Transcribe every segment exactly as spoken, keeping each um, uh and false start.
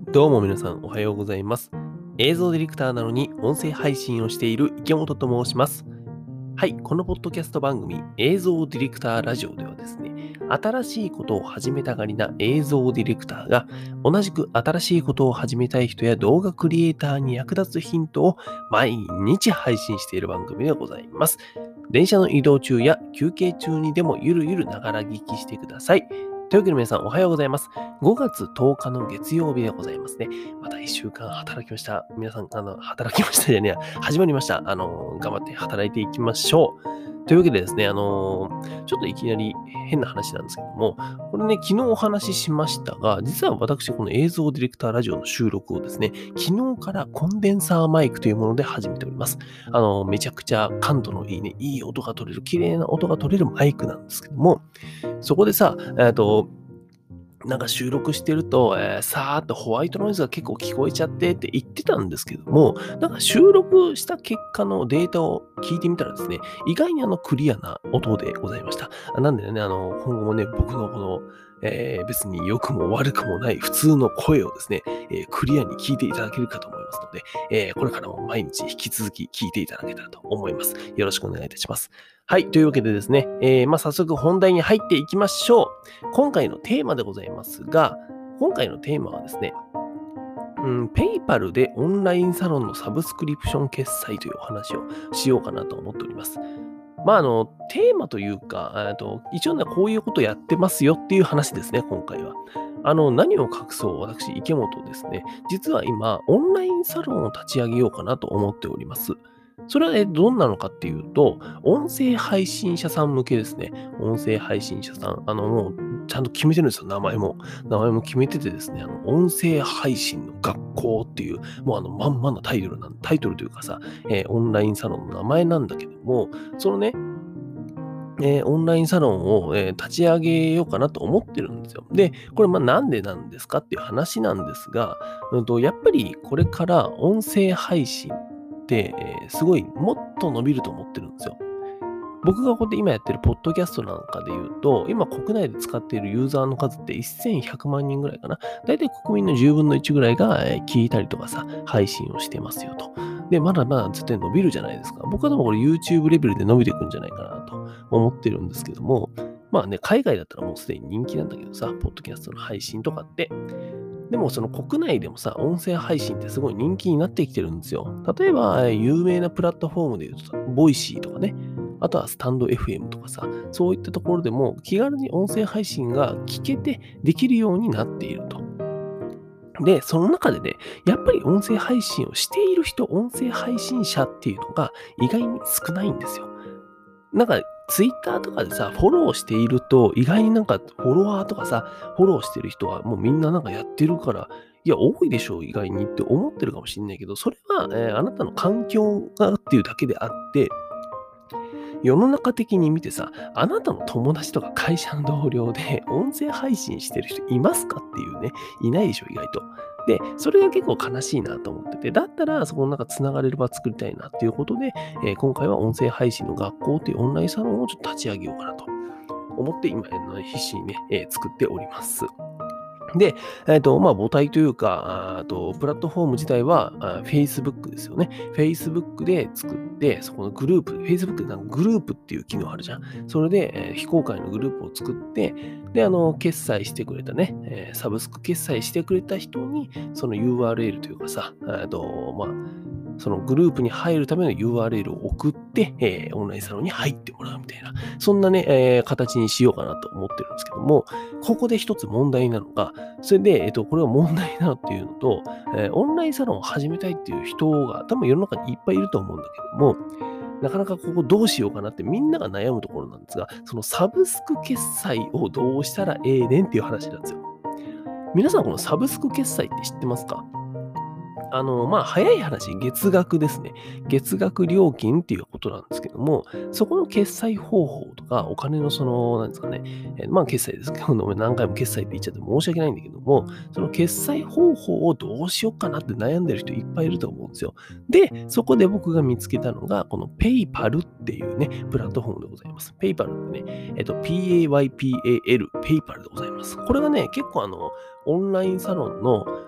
どうも皆さんおはようございます。映像ディレクターなのに音声配信をしている池本と申します。はい、このポッドキャスト番組映像ディレクターラジオではですね、新しいことを始めたがりな映像ディレクターが同じく新しいことを始めたい人や動画クリエイターに役立つヒントを毎日配信している番組でございます。電車の移動中や休憩中にでもゆるゆるながら聞きしてください。というわけで皆さんおはようございます。ごがつとおかの月曜日でございますね。またいっしゅうかん働きました。皆さん、あの、働きましたじゃねえや。始まりました。あの、頑張って働いていきましょう。というわけでですね、あの、ちょっといきなり変な話なんですけども、これね、昨日お話ししましたが、実は私、この映像ディレクターラジオの収録をですね、昨日からコンデンサーマイクというもので始めております。あの、めちゃくちゃ感度のいいね、いい音が取れる、綺麗な音が取れるマイクなんですけども、そこでさ、えっと、なんか収録してると、えー、さーっとホワイトノイズが結構聞こえちゃってって言ってたんですけども、なんか収録した結果のデータを聞いてみたらですね、意外にあのクリアな音でございました。なんでね、あの、今後もね、僕のこの、えー別に良くも悪くもない普通の声をですね、えークリアに聞いていただけるかと思いますので、えーこれからも毎日引き続き聞いていただけたらと思います。よろしくお願いいたします。はい。というわけでですね、えーまあ、早速本題に入っていきましょう。今回のテーマでございますが、今回のテーマはですね、うん、ペイパルでオンラインサロンのサブスクリプション決済というお話をしようかなと思っております。まあ、あの、テーマというか、えっと一応ね、こういうことやってますよっていう話ですね、今回は。あの、何を隠そう、私、池本ですね。実は今、オンラインサロンを立ち上げようかなと思っております。それは、えどんなのかっていうと、音声配信者さん向けですね。音声配信者さん。あの、もう、ちゃんと決めてるんですよ、名前も。名前も決めててですね、あの、音声配信の学校っていう、もうあの、まんまのタイトルなん、タイトルというかさ、えーオンラインサロンの名前なんだけども、そのね、えーオンラインサロンを、えー立ち上げようかなと思ってるんですよ。で、これ、まあ、なんでなんですかっていう話なんですが、うんと、やっぱりこれから音声配信って、えーすごいもっと伸びると思ってるんですよ。僕がこうやって今やってるポッドキャストなんかで言うと、今国内で使っているユーザーの数ってせんひゃくまん人ぐらいかな。だいたい国民のじゅうぶんのいちぐらいがえー聞いたりとかさ、配信をしてますよと。で、まだまだ絶対伸びるじゃないですか。僕はでもこれ YouTube レベルで伸びていくんじゃないかなと思ってるんですけども、まあね、海外だったらもうすでに人気なんだけどさ、ポッドキャストの配信とかって。でもその国内でもさ、音声配信ってすごい人気になってきてるんですよ。例えば、えー有名なプラットフォームで言うとさ、ボイシーとかね、あとはスタンド エフエム とかさ、そういったところでも気軽に音声配信が聞けてできるようになっていると。で、その中でね、やっぱり音声配信をしている人、音声配信者っていうのが意外に少ないんですよ。なんか、ツイッターとかでさ、フォローしていると、意外になんかフォロワーとかさ、フォローしてる人はもうみんななんかやってるから、いや、多いでしょう、意外にって思ってるかもしれないけど、それは、えーあなたの環境がっていうだけであって、世の中的に見てさ、あなたの友達とか会社の同僚で音声配信してる人いますかっていうね、いないでしょ、意外と。で、それが結構悲しいなと思ってて、だったらそこの中繋がれる場作りたいなっていうことで、えー今回は音声配信の学校っていうオンラインサロンをちょっと立ち上げようかなと思って今、あの必死にね、えー作っております。で、えっと、まあ、母体というか、あーと、プラットフォーム自体は、あ Facebook ですよね。Facebook で作って、そこのグループ、Facebook でなんかグループっていう機能あるじゃん。それで、えー非公開のグループを作って、で、あの、決済してくれたね、えーサブスク決済してくれた人に、その ユーアールエル というかさ、えっと、まあ、そのグループに入るための ユーアールエル を送って、えーオンラインサロンに入ってもらうみたいな、そんなね、えー形にしようかなと思ってるんですけども、ここで一つ問題なのが、それで、えっと、これは問題なのっていうのと、えーオンラインサロンを始めたいっていう人が多分世の中にいっぱいいると思うんだけども、なかなかここどうしようかなってみんなが悩むところなんですが、そのサブスク決済をどうしたらええねんっていう話なんですよ。皆さんこのサブスク決済って知ってますか？あの、まあ、早い話、月額ですね。月額料金っていうことなんですけども、そこの決済方法とか、お金のその、なんですかね、えーまあ、決済ですけど、何回も決済って言っちゃって申し訳ないんだけども、その決済方法をどうしようかなって悩んでる人いっぱいいると思うんですよ。で、そこで僕が見つけたのが、この PayPal っていうね、プラットフォームでございます。PayPal ってね、えっと、ピーエーワイピーエーエル、PayPal でございます。これがね、結構あの、オンラインサロンの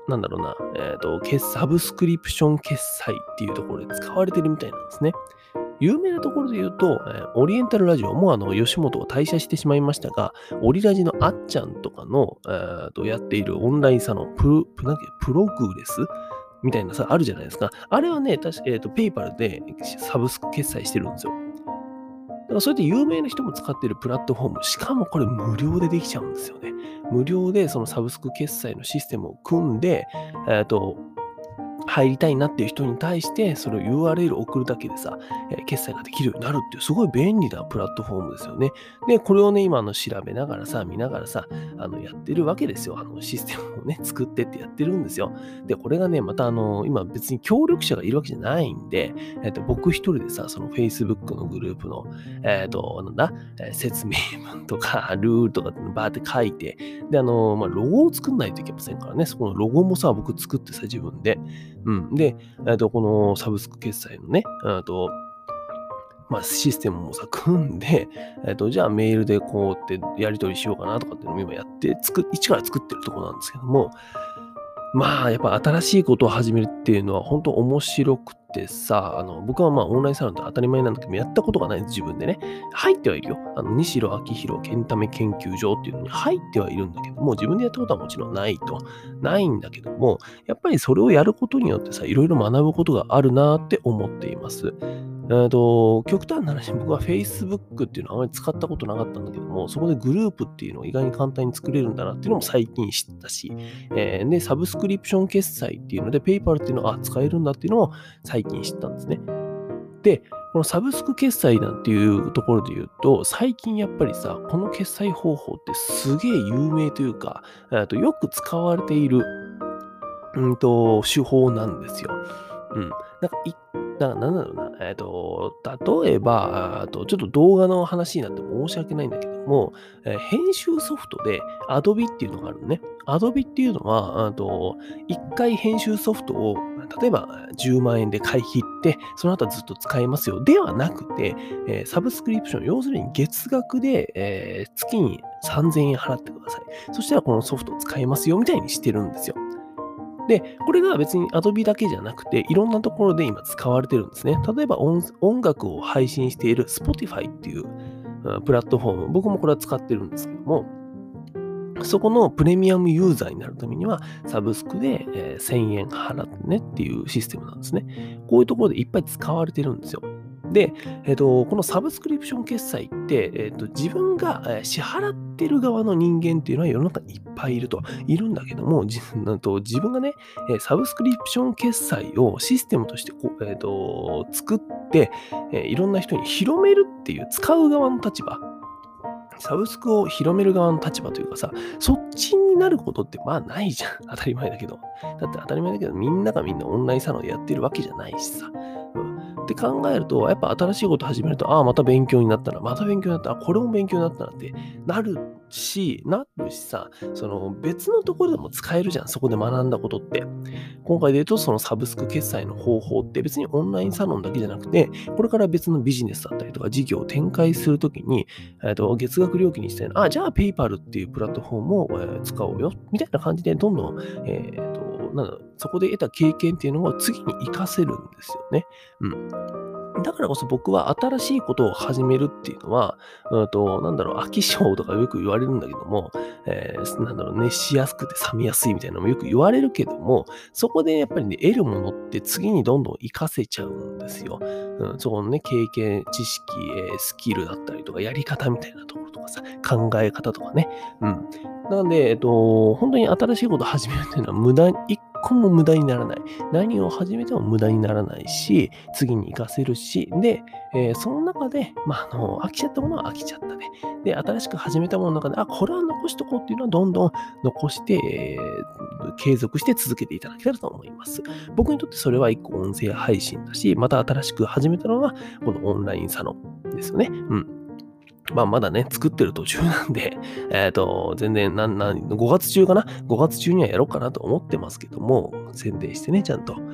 なんだろうな、えっと、決サブスクリプション決済っていうところで使われてるみたいなんですね。有名なところで言うと、えーオリエンタルラジオもあの吉本を退社してしまいましたが、オリラジのあっちゃんとかの、えーとやっているオンラインサロン、プロプなんだっけプログレスみたいなさ、あるじゃないですか。あれはね、確か、えーと、ペイパルでサブスク決済してるんですよ。だからそれで有名な人も使ってるプラットフォーム、しかもこれ無料でできちゃうんですよね。無料でそのサブスク決済のシステムを組んで、えっと、入りたいなっていう人に対して、それを ユーアールエル 送るだけでさ、えー決済ができるようになるっていう、すごい便利なプラットフォームですよね。で、これをね、今あの調べながらさ、見ながらさ、あのやってるわけですよ。あのシステムをね、作ってってやってるんですよ。で、これがね、またあの、今別に協力者がいるわけじゃないんで、えっと、僕一人でさ、その Facebook のグループの、えっと、なんだ、えー説明文とか、ルールとかっていうのバーって書いて、で、あの、まあ、ロゴを作んないといけませんからね、そこのロゴもさ、僕作ってさ、自分で。うん。で、えっと、このサブスク決済のね、えっと、まあ、システムもさ、組んで、えっと、じゃあメールでこうってやり取りしようかなとかっていうのも今やって、作一から作ってるところなんですけども、まあ、やっぱ新しいことを始めるっていうのは本当面白くてさ、あの、僕はまあオンラインサロンって当たり前なんだけど、やったことがないんです、自分でね。入ってはいるよ。あの、西野昭弘エンタメ研究所っていうのに入ってはいるんだけども、自分でやったことはもちろんないと。ないんだけども、やっぱりそれをやることによってさ、いろいろ学ぶことがあるなって思っています。えっと、極端な話、僕は Facebook っていうのはあまり使ったことなかったんだけども、そこでグループっていうのを意外に簡単に作れるんだなっていうのも最近知ったし、えーで、サブスクリプション決済っていうので、PayPal っていうのが使えるんだっていうのを最近知ったんですね。で、このサブスク決済なんていうところで言うと、最近やっぱりさ、この決済方法ってすげえ有名というか、えーとよく使われている、うんと、手法なんですよ。うん。なんか、いななんだろうな、えっと、例えば、あとちょっと動画の話になって申し訳ないんだけども、えー編集ソフトで Adobe っていうのがあるのね。Adobe っていうのは、あと、一回編集ソフトを、例えばじゅうまん円で買い切って、その後はずっと使えますよ。ではなくて、えーサブスクリプション、要するに月額で、えー月にさんぜんえん払ってください。そしたらこのソフト使えますよ、みたいにしてるんですよ。で、これが別に Adobe だけじゃなくて、いろんなところで今使われてるんですね。例えば音音楽を配信している Spotify っていう、うんプラットフォーム、僕もこれは使ってるんですけども、そこのプレミアムユーザーになるためには、サブスクで、えーせんえん払ってねっていうシステムなんですね。こういうところでいっぱい使われてるんですよ。で、えっと、このサブスクリプション決済って、えっと、自分がえー支払ってる側の人間っていうのは世の中にいっぱいいると。いるんだけども、じなんと自分がね、えーサブスクリプション決済をシステムとしてこう、えっと、作って、えーいろんな人に広めるっていう使う側の立場。サブスクを広める側の立場というかさ、そっちになることってまあないじゃん。当たり前だけど。だって当たり前だけど、みんながみんなオンラインサロンやってるわけじゃないしさ。うん、って考えると、やっぱ新しいこと始めると、ああ、また勉強になったな、また勉強になった、あ、これも勉強になったなってなるし、なるしさ、その別のところでも使えるじゃん。そこで学んだことって。今回で言うと、そのサブスク決済の方法って別にオンラインサロンだけじゃなくて、これから別のビジネスだったりとか事業を展開するときに、えっと、月額料金にして、あ、じゃあ PayPal っていうプラットフォームを、えー使おうよ。みたいな感じで、どんどん、えっと、なんだろうそこで得た経験っていうのを次に活かせるんですよね。うん。だからこそ僕は新しいことを始めるっていうのは、うんと、なんだろう、飽き性とかよく言われるんだけども、えーなんだろう、熱しやすくて冷めやすいみたいなのもよく言われるけども、そこでやっぱりね、得るものって次にどんどん活かせちゃうんですよ。うん、そこのね、経験、知識、えースキルだったりとか、やり方みたいなところとかさ、考え方とかね。うん。なんで、えっと、本当に新しいことを始めるっていうのは無駄、一個も無駄にならない。何を始めても無駄にならないし、次に活かせるし、で、えーその中で、まあ、あの、飽きちゃったものは飽きちゃったで。で、新しく始めたものの中で、あ、これは残しとこうっていうのはどんどん残して、えー継続して続けていただけたらと思います。僕にとってそれは一個音声配信だし、また新しく始めたのは、このオンラインサロンですよね。うん。まあ、まだね、作ってる途中なんで、えっと、全然、なん、なん、ごがつ中かな ?ご 月中にはやろうかなと思ってますけども、宣伝してね、ちゃんと。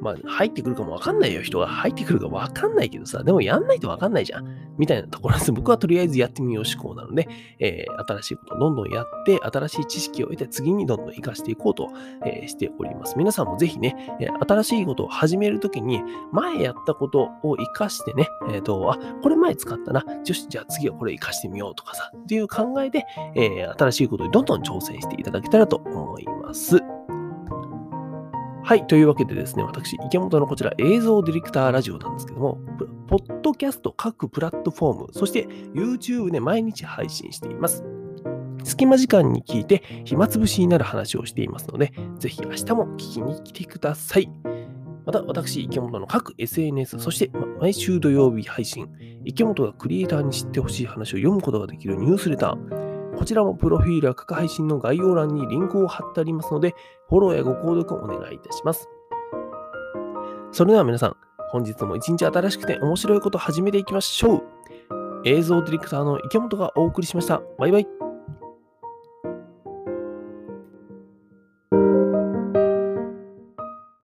まあ、入ってくるかもわかんないよ。人が入ってくるかわかんないけどさ、でもやんないとわかんないじゃん。みたいなところです。僕はとりあえずやってみよう思考なので、えー新しいことをどんどんやって、新しい知識を得て、次にどんどん活かしていこうと、えーしております。皆さんもぜひね、えー新しいことを始めるときに、前やったことを活かしてね、えっ、と、あ、これ前使ったな。よし、じゃあ次はこれ活かしてみようとかさ、っていう考えで、えー新しいことにどんどん挑戦していただけたらと思います。はい。というわけでですね、私、池本のこちら映像ディレクターラジオなんですけども、プポッドキャスト各プラットフォーム、そして YouTube で毎日配信しています。隙間時間に聞いて暇つぶしになる話をしていますので、ぜひ明日も聞きに来てください。また、私、池本の各 エスエヌエス、そしてま毎週土曜日配信、池本がクリエイターに知ってほしい話を読むことができるニュースレター、こちらもプロフィールや各配信の概要欄にリンクを貼ってありますので、フォローやご購読お願いいたします。それでは皆さん、本日も一日新しくて面白いことを始めていきましょう。映像ディレクターの池本がお送りしました。バイバイ。